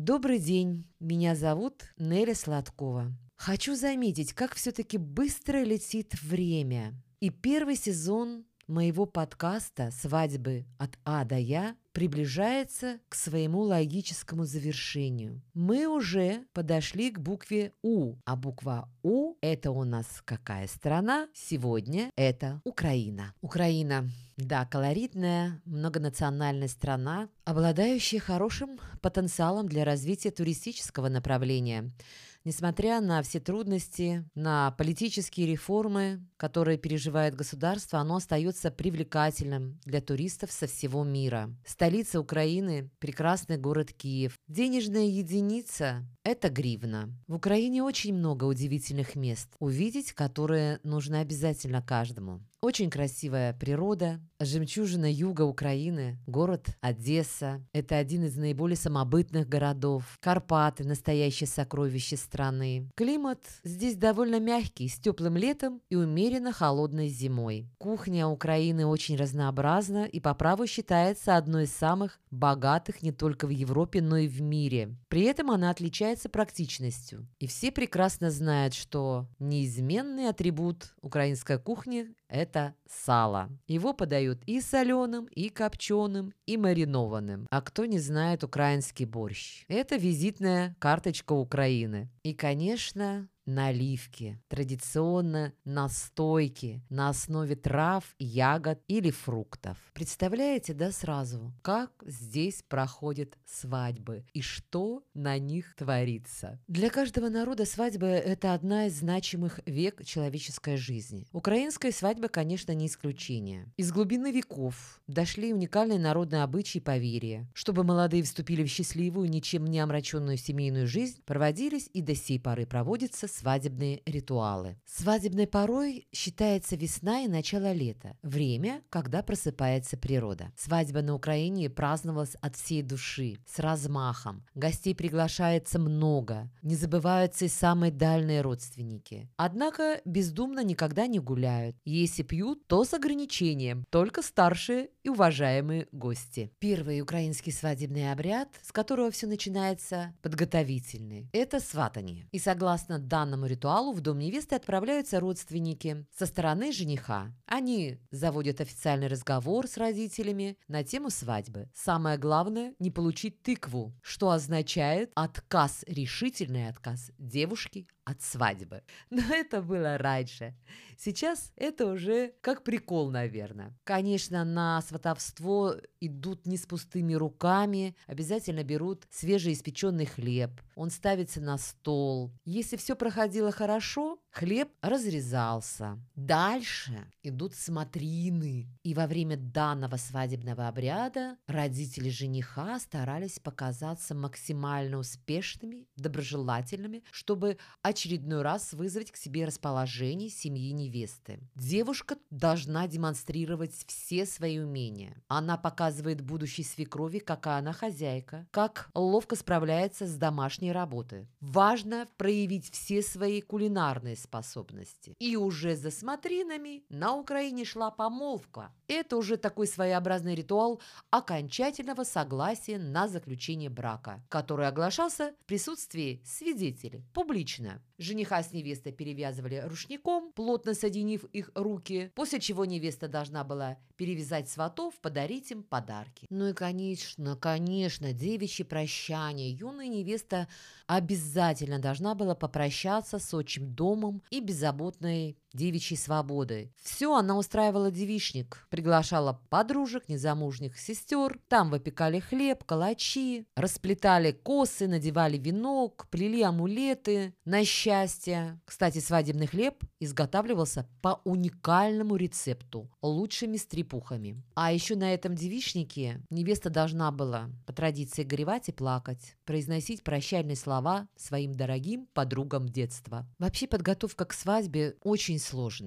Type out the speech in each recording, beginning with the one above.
Добрый день, меня зовут Неля Сладкова. Хочу заметить, как все-таки быстро летит время. И первый сезон моего подкаста «Свадьбы от А до Я» приближается к своему логическому завершению. Мы уже подошли к букве У, а буква У – это у нас какая страна? Сегодня это Украина. Украина, да, колоритная, многонациональная страна, обладающая хорошим потенциалом для развития туристического направления. Несмотря на все трудности, на политические реформы, которые переживает государство, оно остается привлекательным для туристов со всего мира. Столица Украины – прекрасный город Киев. Денежная единица – это гривна. В Украине очень много удивительных мест, увидеть которые нужно обязательно каждому. Очень красивая природа, жемчужина юга Украины, город Одесса. Это один из наиболее самобытных городов. Карпаты – настоящее сокровище страны. Климат здесь довольно мягкий, с теплым летом и умеренно холодной зимой. Кухня Украины очень разнообразна и по праву считается одной из самых богатых не только в Европе, но и в мире. При этом она отличается практичностью. И все прекрасно знают, что неизменный атрибут украинской кухни – это сало. Его подают и соленым, и копченым, и маринованным. А кто не знает украинский борщ? Это визитная карточка Украины. И, конечно, наливки. Традиционно настойки на основе трав, ягод или фруктов. Представляете, да, сразу, как здесь проходят свадьбы и что на них творится? Для каждого народа свадьба – это одна из значимых век человеческой жизни. Украинская свадьба, конечно, не исключение. Из глубины веков дошли уникальные народные обычаи и поверья. Чтобы молодые вступили в счастливую, ничем не омраченную семейную жизнь, проводились и до сей поры проводятся свадебные ритуалы. Свадебной порой считается весна и начало лета, время, когда просыпается природа. Свадьба на Украине праздновалась от всей души, с размахом. Гостей приглашается много, не забываются и самые дальние родственники. Однако бездумно никогда не гуляют. Если пьют, то с ограничением, только старшие и уважаемые гости. Первый украинский свадебный обряд, с которого все начинается, подготовительный. Это сватание. И согласно данному ритуалу в дом невесты отправляются родственники со стороны жениха. Они заводят официальный разговор с родителями на тему свадьбы. Самое главное – не получить тыкву, что означает отказ, решительный отказ девушки от свадьбы. Но это было раньше. Сейчас это уже как прикол, наверное. Конечно, на сватовство идут не с пустыми руками, обязательно берут свежеиспеченный хлеб. Он ставится на стол. Если все проходило хорошо, хлеб разрезался. Дальше идут смотрины. И во время данного свадебного обряда родители жениха старались показаться максимально успешными, доброжелательными, чтобы очередной раз вызвать к себе расположение семьи невесты. Девушка должна демонстрировать все свои умения. Она показывает будущей свекрови, какая она хозяйка, как ловко справляется с домашней работой. Важно проявить все свои кулинарные способности. И уже за смотринами на Украине шла помолвка. Это уже такой своеобразный ритуал окончательного согласия на заключение брака, который оглашался в присутствии свидетелей публично. Жениха с невестой перевязывали рушником, плотно соединив их руки, после чего невеста должна была перевязать сватов, подарить им подарки. Ну и, конечно, девичье прощание. Юная невеста обязательно должна была попрощаться с отчим домом и беззаботной девичьей свободой. Все она устраивала девичник, приглашала подружек, незамужних сестер, там выпекали хлеб, калачи, расплетали косы, надевали венок, плели амулеты на счастье. Кстати, свадебный хлеб изготавливался по уникальному рецепту, лучшими стрепухами. А еще на этом девичнике невеста должна была по традиции горевать и плакать, произносить прощальные слова своим дорогим подругам детства. Вообще подготовка к свадьбе очень сложная.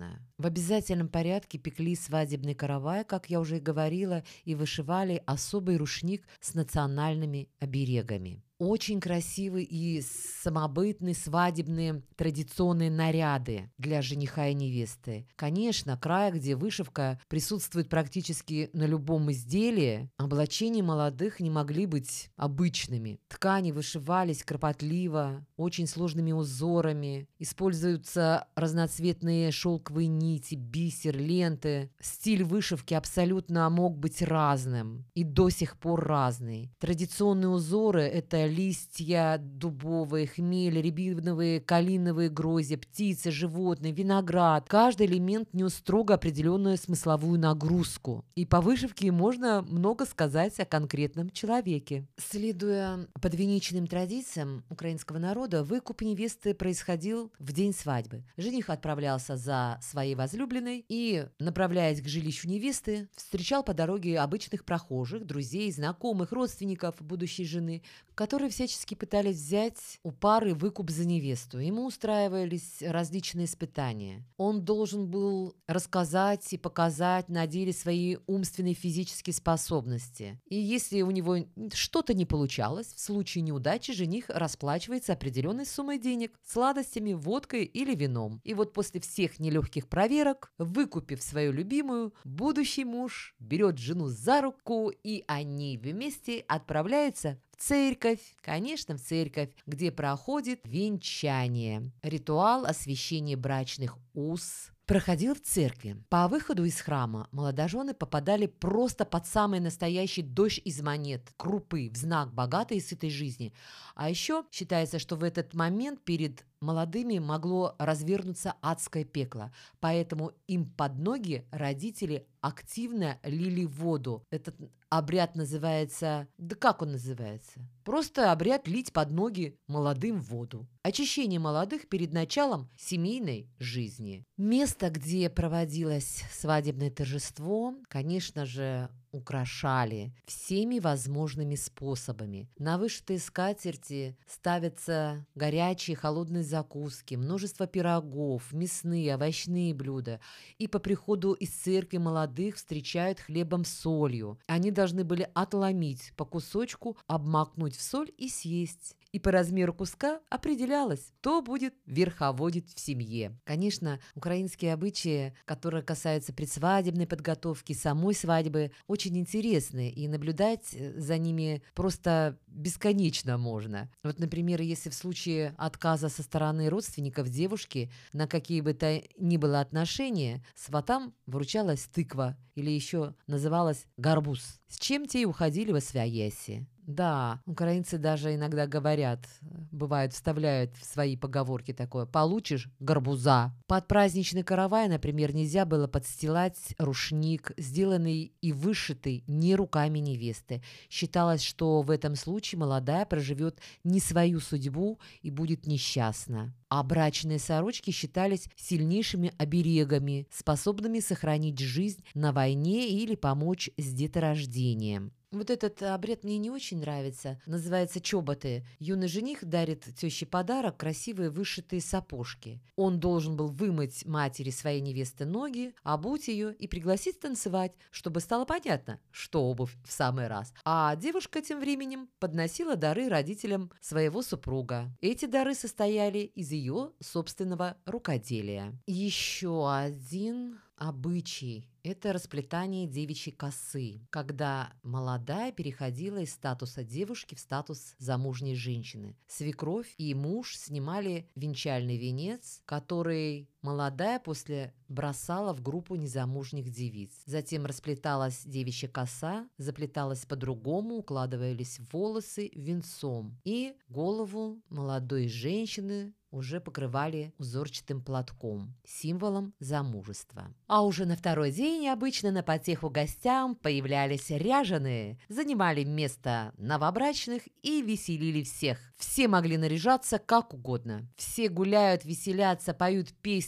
В обязательном порядке пекли свадебный каравай, как я уже и говорила, и вышивали особый рушник с национальными оберегами. Очень красивые и самобытные свадебные традиционные наряды для жениха и невесты. Конечно, край, где вышивка присутствует практически на любом изделии, облачения молодых не могли быть обычными. Ткани вышивались кропотливо, очень сложными узорами. Используются разноцветные шелковые нити, бисер, ленты. Стиль вышивки абсолютно мог быть разным и до сих пор разный. Традиционные узоры – это листья дубовые, хмель, рябиновые, калиновые грозди, птицы, животные, виноград. Каждый элемент нес строго определенную смысловую нагрузку. И по вышивке можно много сказать о конкретном человеке. Следуя подвенечным традициям украинского народа, выкуп невесты происходил в день свадьбы. Жених отправлялся за своей возлюбленной и, направляясь к жилищу невесты, встречал по дороге обычных прохожих, друзей, знакомых, родственников будущей жены, которые всячески пытались взять у пары выкуп за невесту. Ему устраивались различные испытания. Он должен был рассказать и показать на деле свои умственные и физические способности. И если у него что-то не получалось, в случае неудачи жених расплачивается определенной суммой денег, сладостями, водкой или вином. И вот после всех нелегких проверок, выкупив свою любимую, будущий муж берет жену за руку, и они вместе отправляются в церковь, конечно, в церковь, где проходит венчание. Ритуал освящения брачных уз проходил в церкви. По выходу из храма молодожены попадали просто под самый настоящий дождь из монет, крупы, в знак богатой и сытой жизни. А еще считается, что в этот момент перед молодыми могло развернуться адское пекло, поэтому им под ноги родители активно лили воду. Этот обряд называется... Да как он называется? Просто обряд лить под ноги молодым воду. Очищение молодых перед началом семейной жизни. Место, где проводилось свадебное торжество, конечно же, украшали всеми возможными способами. На вышитые скатерти ставятся горячие холодные закуски, множество пирогов, мясные, овощные блюда. И по приходу из церкви молодых встречают хлебом с солью. Они должны были отломить по кусочку, обмакнуть в соль и съесть. И по размеру куска определялось, кто будет верховодить в семье. Конечно, украинские обычаи, которые касаются предсвадебной подготовки, самой свадьбы, очень интересны, и наблюдать за ними просто бесконечно можно. Вот, например, если в случае отказа со стороны родственников девушки на какие бы то ни было отношения, сватам вручалась тыква или еще называлась гарбуз, с чем те и уходили восвояси. Да, украинцы даже иногда говорят, бывает, вставляют в свои поговорки такое: «Получишь гарбуза». Под праздничный каравай, например, нельзя было подстилать рушник, сделанный и вышитый не руками невесты. Считалось, что в этом случае молодая проживет не свою судьбу и будет несчастна. А брачные сорочки считались сильнейшими оберегами, способными сохранить жизнь на войне или помочь с деторождением. Вот этот обряд мне не очень нравится. Называется чоботы. Юный жених дарит теще подарок — красивые вышитые сапожки. Он должен был вымыть матери своей невесты ноги, обуть ее и пригласить танцевать, чтобы стало понятно, что обувь в самый раз. А девушка тем временем подносила дары родителям своего супруга. Эти дары состояли из ее собственного рукоделия. Еще один обычай – это расплетание девичьей косы, когда молодая переходила из статуса девушки в статус замужней женщины. Свекровь и муж снимали венчальный венец, который молодая после бросала в группу незамужних девиц. Затем расплеталась девичья коса, заплеталась по-другому, укладывались волосы венцом, и голову молодой женщины уже покрывали узорчатым платком, символом замужества. А уже на второй день обычно на потеху гостям появлялись ряженые, занимали место новобрачных и веселили всех. Все могли наряжаться как угодно. Все гуляют, веселятся, поют песни,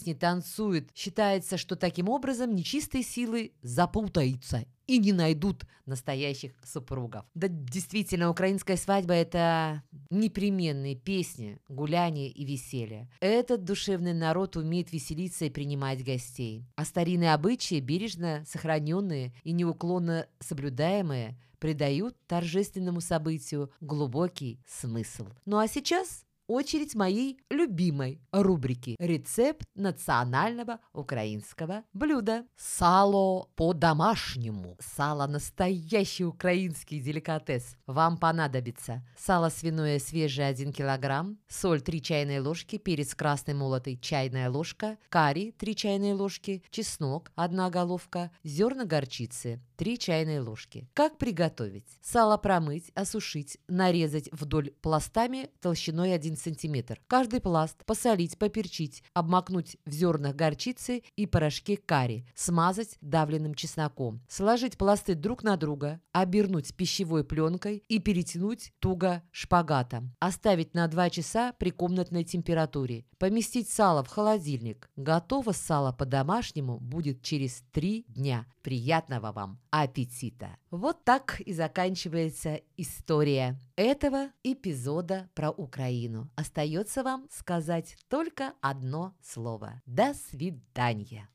песни, танцуют. Считается, что таким образом нечистые силы запутаются и не найдут настоящих супругов. Да, действительно, украинская свадьба – это непременные песни, гуляния и веселье. Этот душевный народ умеет веселиться и принимать гостей. А старинные обычаи, бережно сохраненные и неуклонно соблюдаемые, придают торжественному событию глубокий смысл. Ну а сейчас очередь моей любимой рубрики «Рецепт национального украинского блюда». Сало по-домашнему. Сало – настоящий украинский деликатес. Вам понадобится сало свиное свежее 1 килограмм, соль 3 чайные ложки, перец красный молотый чайная ложка, карри 3 чайные ложки, чеснок 1 головка, зерна горчицы 3 чайные ложки. Как приготовить? Сало промыть, осушить, нарезать вдоль пластами толщиной 1 см. Каждый пласт посолить, поперчить, обмакнуть в зернах горчицы и порошке карри, смазать давленным чесноком, сложить пласты друг на друга, обернуть пищевой пленкой и перетянуть туго шпагатом. Оставить на 2 часа при комнатной температуре. Поместить сало в холодильник. Готово сало по-домашнему будет через 3 дня. Приятного вам аппетита! Вот так и заканчивается история этого эпизода про Украину. Остается вам сказать только одно слово. До свидания!